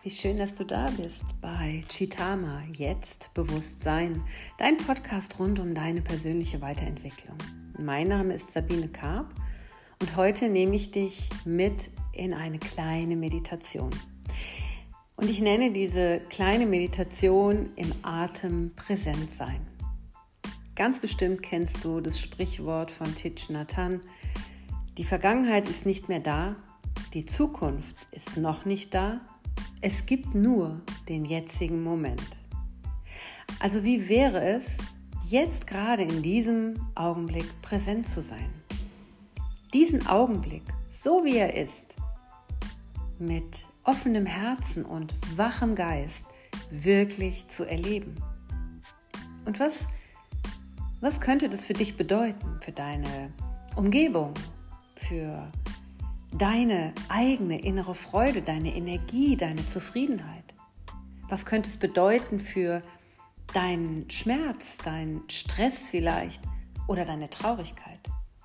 Wie schön, dass du da bist bei Chitama, jetzt Bewusstsein, dein Podcast rund um deine persönliche Weiterentwicklung. Mein Name ist Sabine Karp und heute nehme ich dich mit in eine kleine Meditation. Und ich nenne diese kleine Meditation im Atem präsent sein. Ganz bestimmt kennst du das Sprichwort von Thich Nhat Hanh: Die Vergangenheit ist nicht mehr da, die Zukunft ist noch nicht da, es gibt nur den jetzigen Moment. Also wie wäre es, jetzt gerade in diesem Augenblick präsent zu sein? Diesen Augenblick, so wie er ist, mit offenem Herzen und wachem Geist wirklich zu erleben. Und was könnte das für dich bedeuten, für deine Umgebung, für deine eigene innere Freude, deine Energie, deine Zufriedenheit? Was könnte es bedeuten für deinen Schmerz, deinen Stress vielleicht oder deine Traurigkeit?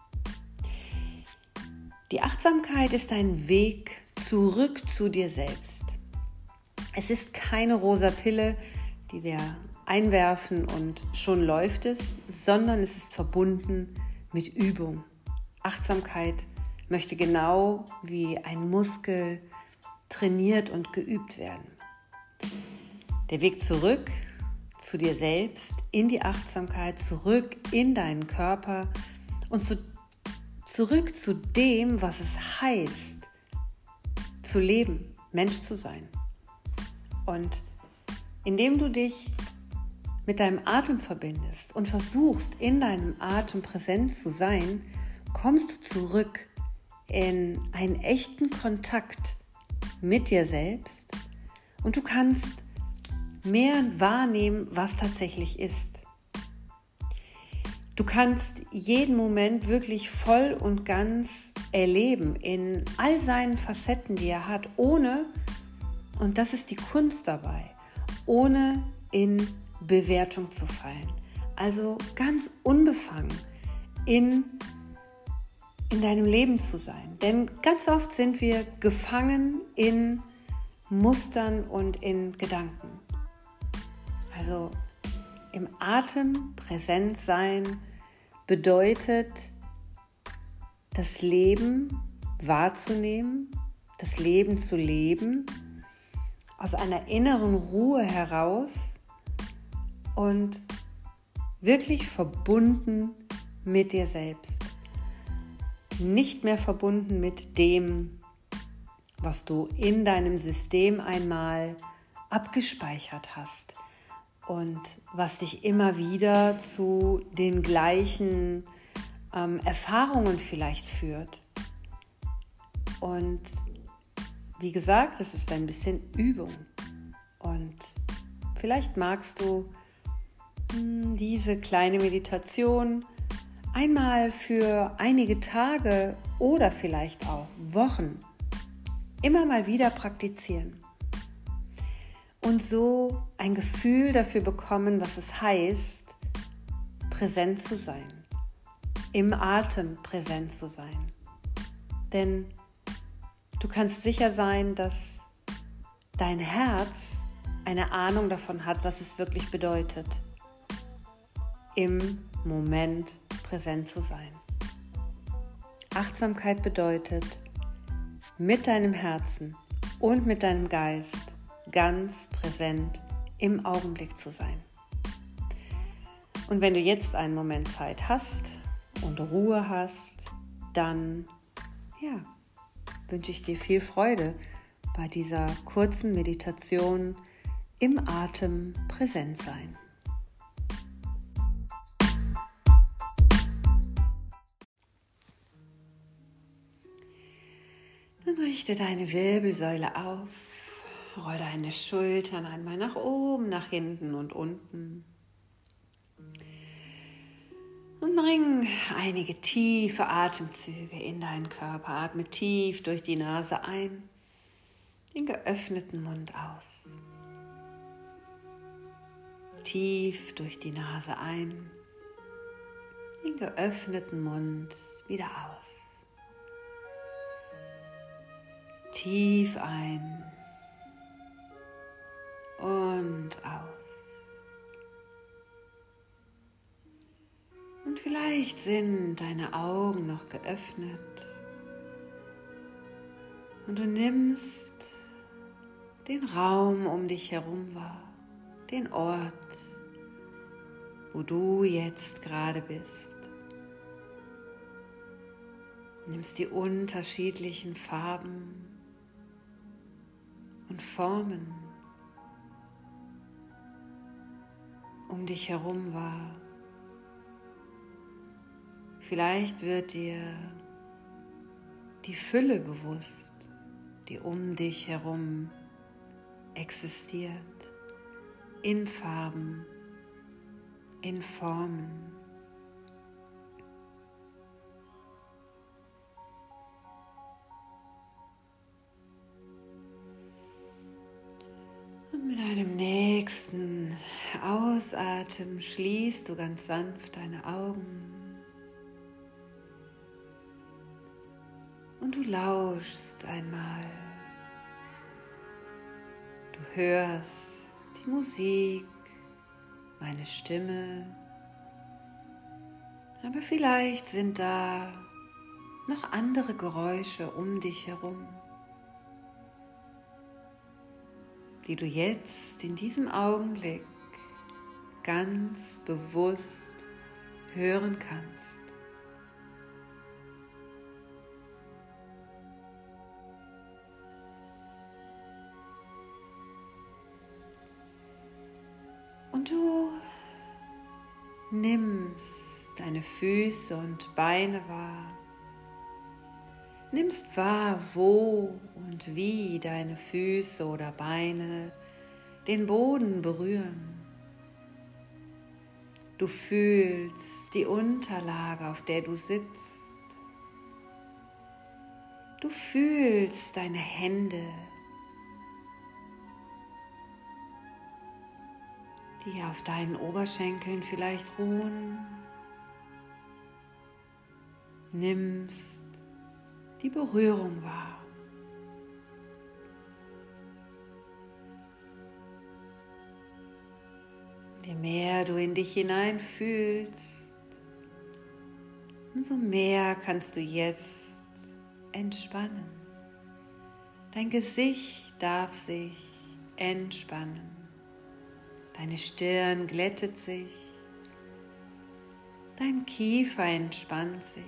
Die Achtsamkeit ist ein Weg zurück zu dir selbst. Es ist keine rosa Pille, die wir einwerfen und schon läuft es, sondern es ist verbunden mit Übung. Achtsamkeit möchte genau wie ein Muskel trainiert und geübt werden. Der Weg zurück zu dir selbst, in die Achtsamkeit, zurück in deinen Körper und zurück zu dem, was es heißt, zu leben, Mensch zu sein. Und indem du dich mit deinem Atem verbindest und versuchst, in deinem Atem präsent zu sein, kommst du zurück in einen echten Kontakt mit dir selbst und du kannst mehr wahrnehmen, was tatsächlich ist. Du kannst jeden Moment wirklich voll und ganz erleben in all seinen Facetten, die er hat, ohne, und das ist die Kunst dabei, ohne in Bewertung zu fallen. Also ganz unbefangen in deinem Leben zu sein. Denn ganz oft sind wir gefangen in Mustern und in Gedanken. Also im Atem präsent sein bedeutet, das Leben wahrzunehmen, das Leben zu leben, aus einer inneren Ruhe heraus und wirklich verbunden mit dir selbst. Nicht mehr verbunden mit dem, was du in deinem System einmal abgespeichert hast und was dich immer wieder zu den gleichen Erfahrungen vielleicht führt. Und wie gesagt, es ist ein bisschen Übung. Und vielleicht magst du diese kleine Meditation einmal für einige Tage oder vielleicht auch Wochen immer mal wieder praktizieren und so ein Gefühl dafür bekommen, was es heißt, präsent zu sein, im Atem präsent zu sein. Denn du kannst sicher sein, dass dein Herz eine Ahnung davon hat, was es wirklich bedeutet, im Moment präsent zu sein. Achtsamkeit bedeutet, mit deinem Herzen und mit deinem Geist ganz präsent im Augenblick zu sein. Und wenn du jetzt einen Moment Zeit hast und Ruhe hast, dann wünsche ich dir viel Freude bei dieser kurzen Meditation im Atem präsent sein. Dann richte deine Wirbelsäule auf, roll deine Schultern einmal nach oben, nach hinten und unten. Und bring einige tiefe Atemzüge in deinen Körper. Atme tief durch die Nase ein, den geöffneten Mund aus. Tief durch die Nase ein, den geöffneten Mund wieder aus. Tief ein und aus. Und vielleicht sind deine Augen noch geöffnet und du nimmst den Raum um dich herum wahr, den Ort, wo du jetzt gerade bist. Nimmst die unterschiedlichen Farben und Formen um dich herum wahr. Vielleicht wird dir die Fülle bewusst, die um dich herum existiert, in Farben, in Formen. Und mit einem nächsten Ausatmen schließt du ganz sanft deine Augen und du lauschst einmal. Du hörst die Musik, meine Stimme, aber vielleicht sind da noch andere Geräusche um dich herum, die du jetzt in diesem Augenblick ganz bewusst hören kannst. Und du nimmst deine Füße und Beine wahr. Nimmst wahr, wo und wie deine Füße oder Beine den Boden berühren. Du fühlst die Unterlage, auf der du sitzt. Du fühlst deine Hände, die auf deinen Oberschenkeln vielleicht ruhen. Nimmst die Berührung wahr. Je mehr du in dich hineinfühlst, umso mehr kannst du jetzt entspannen. Dein Gesicht darf sich entspannen. Deine Stirn glättet sich. Dein Kiefer entspannt sich.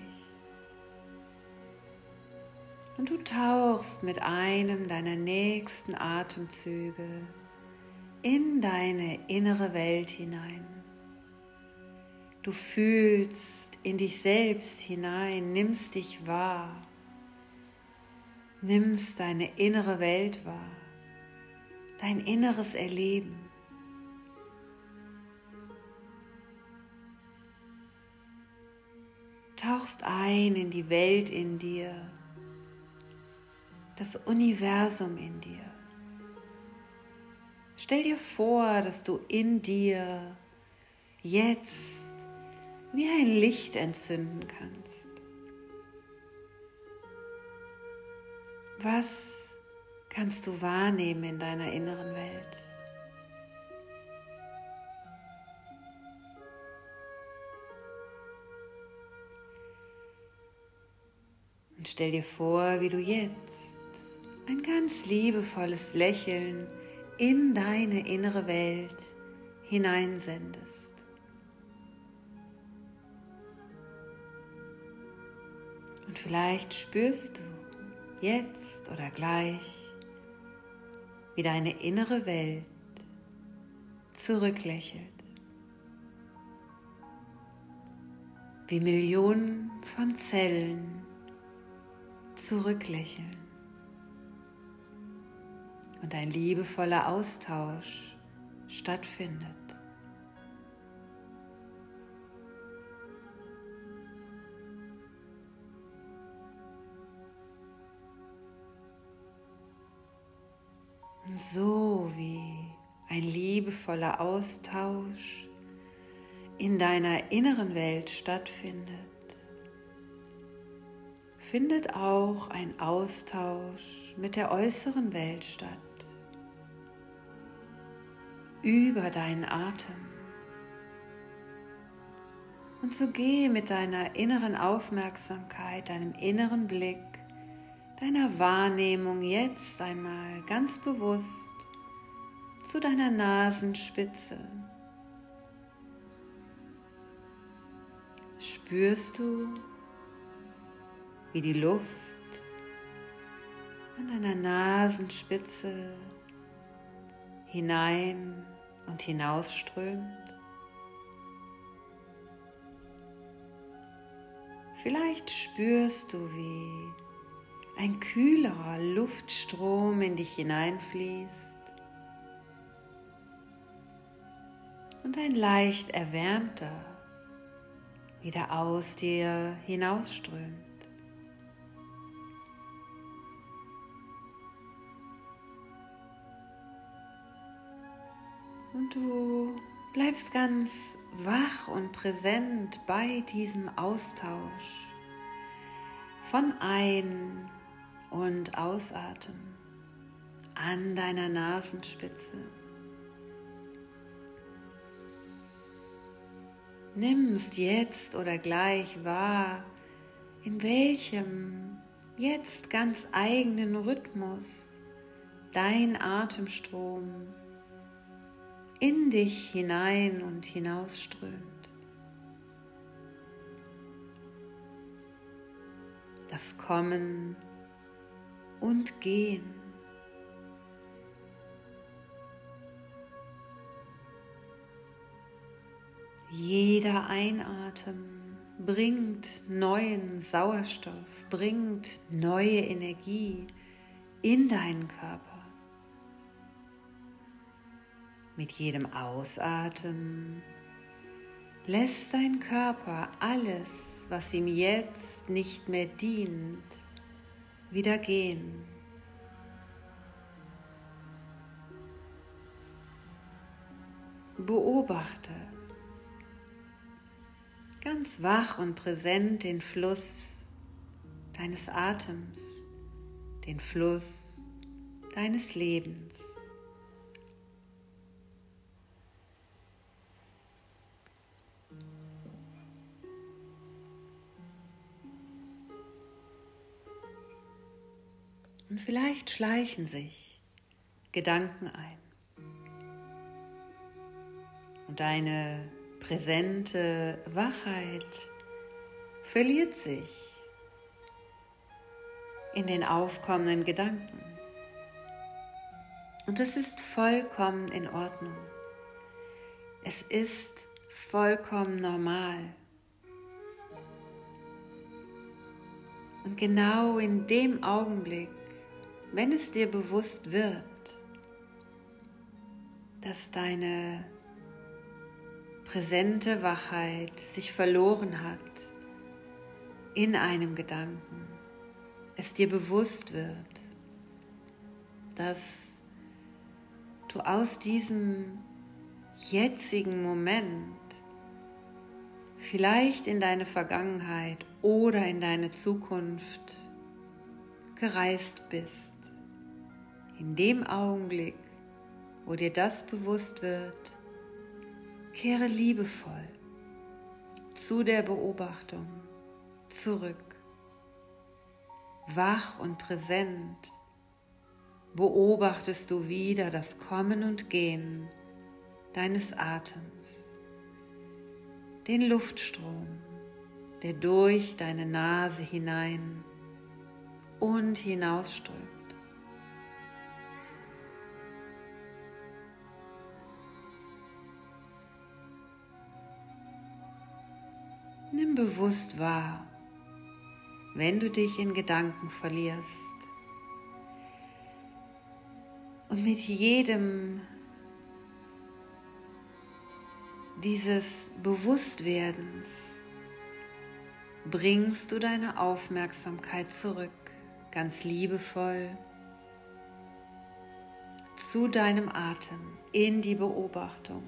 Und du tauchst mit einem deiner nächsten Atemzüge in deine innere Welt hinein. Du fühlst in dich selbst hinein, nimmst dich wahr, nimmst deine innere Welt wahr, dein inneres Erleben. Tauchst ein in die Welt in dir, das Universum in dir. Stell dir vor, dass du in dir jetzt wie ein Licht entzünden kannst. Was kannst du wahrnehmen in deiner inneren Welt? Und stell dir vor, wie du jetzt ein ganz liebevolles Lächeln in deine innere Welt hineinsendest. Und vielleicht spürst du jetzt oder gleich, wie deine innere Welt zurücklächelt. Wie Millionen von Zellen zurücklächeln. Und ein liebevoller Austausch stattfindet. Und so wie ein liebevoller Austausch in deiner inneren Welt stattfindet, findet auch ein Austausch mit der äußeren Welt statt. über deinen Atem. Und so geh mit deiner inneren Aufmerksamkeit, deinem inneren Blick, deiner Wahrnehmung jetzt einmal ganz bewusst zu deiner Nasenspitze. Spürst du, wie die Luft an deiner Nasenspitze hinein und hinausströmt? Vielleicht spürst du, wie ein kühlerer Luftstrom in dich hineinfließt und ein leicht erwärmter wieder aus dir hinausströmt. Und du bleibst ganz wach und präsent bei diesem Austausch von Ein- und Ausatmen an deiner Nasenspitze. Nimmst jetzt oder gleich wahr, in welchem jetzt ganz eigenen Rhythmus dein Atemstrom in dich hinein und hinausströmt. Das Kommen und Gehen. Jeder Einatmen bringt neuen Sauerstoff, bringt neue Energie in deinen Körper. Mit jedem Ausatmen lässt dein Körper alles, was ihm jetzt nicht mehr dient, wieder gehen. Beobachte ganz wach und präsent den Fluss deines Atems, den Fluss deines Lebens. Und vielleicht schleichen sich Gedanken ein. Und deine präsente Wachheit verliert sich in den aufkommenden Gedanken. Und das ist vollkommen in Ordnung. Es ist vollkommen normal. Und genau in dem Augenblick, wenn es dir bewusst wird, dass deine präsente Wachheit sich verloren hat in einem Gedanken, es dir bewusst wird, dass du aus diesem jetzigen Moment vielleicht in deine Vergangenheit oder in deine Zukunft gereist bist. In dem Augenblick, wo dir das bewusst wird, kehre liebevoll zu der Beobachtung zurück. Wach und präsent beobachtest du wieder das Kommen und Gehen deines Atems, den Luftstrom, der durch deine Nase hinein und hinausströmt. Nimm bewusst wahr, wenn du dich in Gedanken verlierst. Und mit jedem dieses Bewusstwerdens bringst du deine Aufmerksamkeit zurück, ganz liebevoll, zu deinem Atem, in die Beobachtung.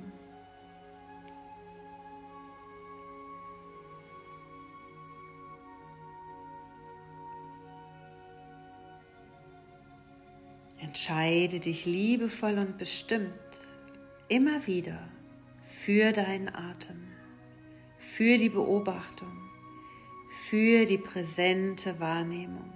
Entscheide dich liebevoll und bestimmt, immer wieder für deinen Atem, für die Beobachtung, für die präsente Wahrnehmung.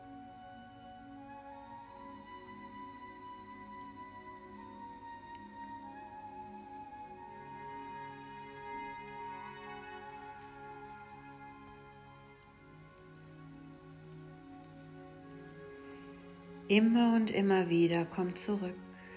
Immer und immer wieder komm zurück.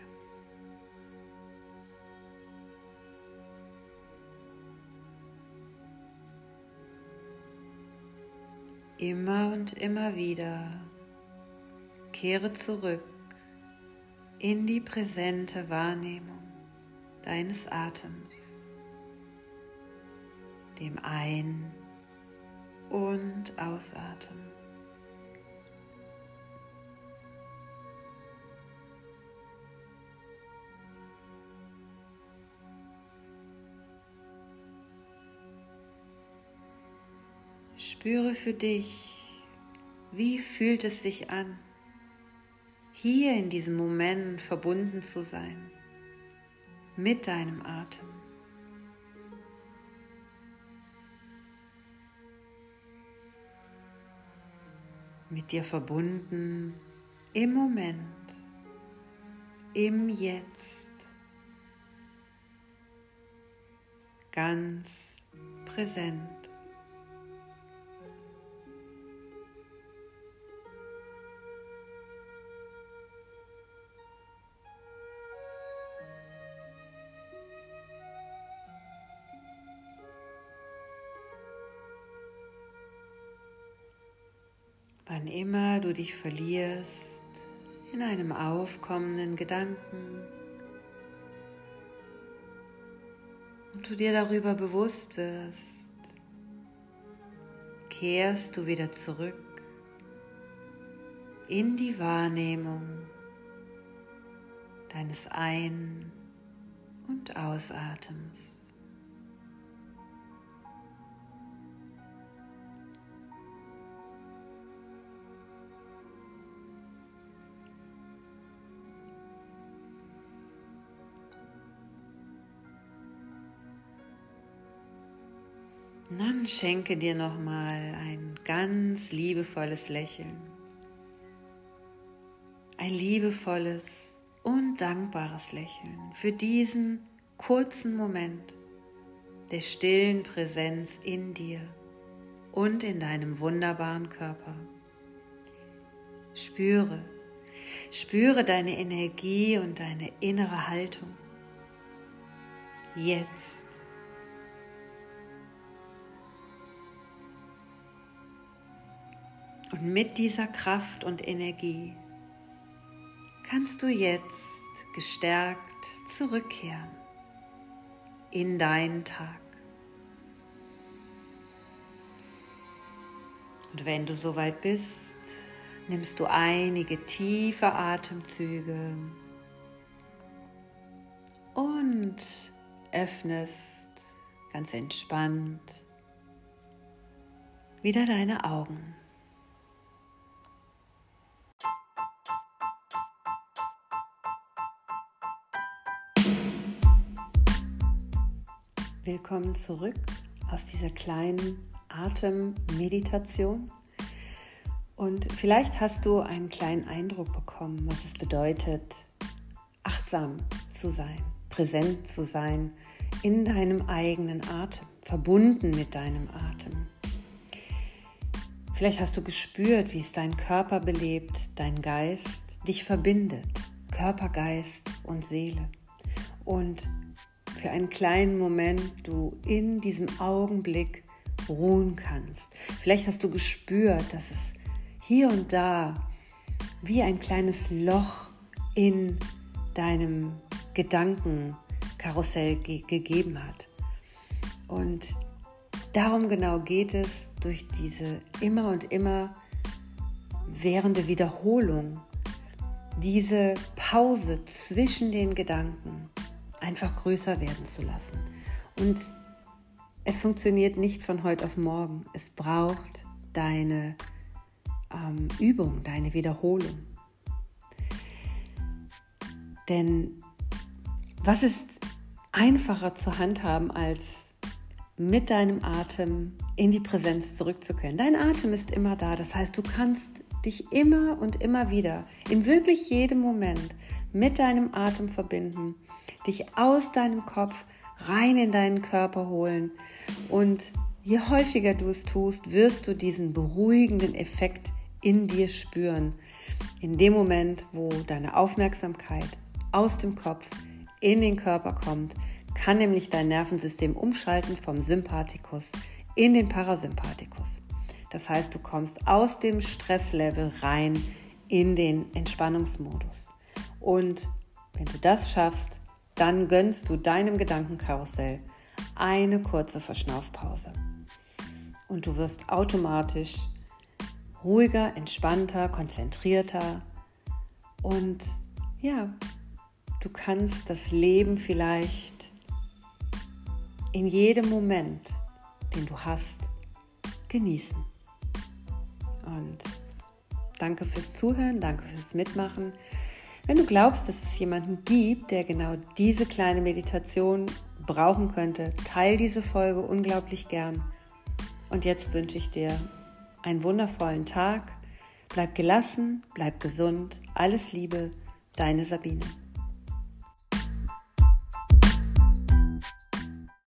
Immer und immer wieder kehre zurück in die präsente Wahrnehmung deines Atems, dem Ein- und Ausatmen. Spüre für dich, wie fühlt es sich an, hier in diesem Moment verbunden zu sein mit deinem Atem. Mit dir verbunden im Moment, im Jetzt, ganz präsent. Wann immer du dich verlierst in einem aufkommenden Gedanken und du dir darüber bewusst wirst, kehrst du wieder zurück in die Wahrnehmung deines Ein- und Ausatems. Und dann schenke dir nochmal ein ganz liebevolles Lächeln. Ein liebevolles und dankbares Lächeln für diesen kurzen Moment der stillen Präsenz in dir und in deinem wunderbaren Körper. Spüre deine Energie und deine innere Haltung. Jetzt. Und mit dieser Kraft und Energie kannst du jetzt gestärkt zurückkehren in deinen Tag. Und wenn du soweit bist, nimmst du einige tiefe Atemzüge und öffnest ganz entspannt wieder deine Augen. Willkommen zurück aus dieser kleinen Atemmeditation. Und vielleicht hast du einen kleinen Eindruck bekommen, was es bedeutet, achtsam zu sein, präsent zu sein in deinem eigenen Atem, verbunden mit deinem Atem. Vielleicht hast du gespürt, wie es deinen Körper belebt, dein Geist dich verbindet, Körper, Geist und Seele. Und für einen kleinen Moment du in diesem Augenblick ruhen kannst. Vielleicht hast du gespürt, dass es hier und da wie ein kleines Loch in deinem Gedankenkarussell gegeben hat. Und darum genau geht es, durch diese immer und immer währende Wiederholung, diese Pause zwischen den Gedanken einfach größer werden zu lassen. Und es funktioniert nicht von heute auf morgen. Es braucht deine Übung, deine Wiederholung. Denn was ist einfacher zu handhaben, als mit deinem Atem in die Präsenz zurückzukehren. Dein Atem ist immer da, das heißt, du kannst dich immer und immer wieder in wirklich jedem Moment mit deinem Atem verbinden, dich aus deinem Kopf rein in deinen Körper holen und je häufiger du es tust, wirst du diesen beruhigenden Effekt in dir spüren. In dem Moment, wo deine Aufmerksamkeit aus dem Kopf in den Körper kommt, kann nämlich dein Nervensystem umschalten vom Sympathikus in den Parasympathikus. Das heißt, du kommst aus dem Stresslevel rein in den Entspannungsmodus. Und wenn du das schaffst, dann gönnst du deinem Gedankenkarussell eine kurze Verschnaufpause. Und du wirst automatisch ruhiger, entspannter, konzentrierter und ja, du kannst das Leben vielleicht in jedem Moment, den du hast, genießen. Und danke fürs Zuhören, danke fürs Mitmachen. Wenn du glaubst, dass es jemanden gibt, der genau diese kleine Meditation brauchen könnte, teile diese Folge unglaublich gern. Und jetzt wünsche ich dir einen wundervollen Tag. Bleib gelassen, bleib gesund. Alles Liebe, deine Sabine.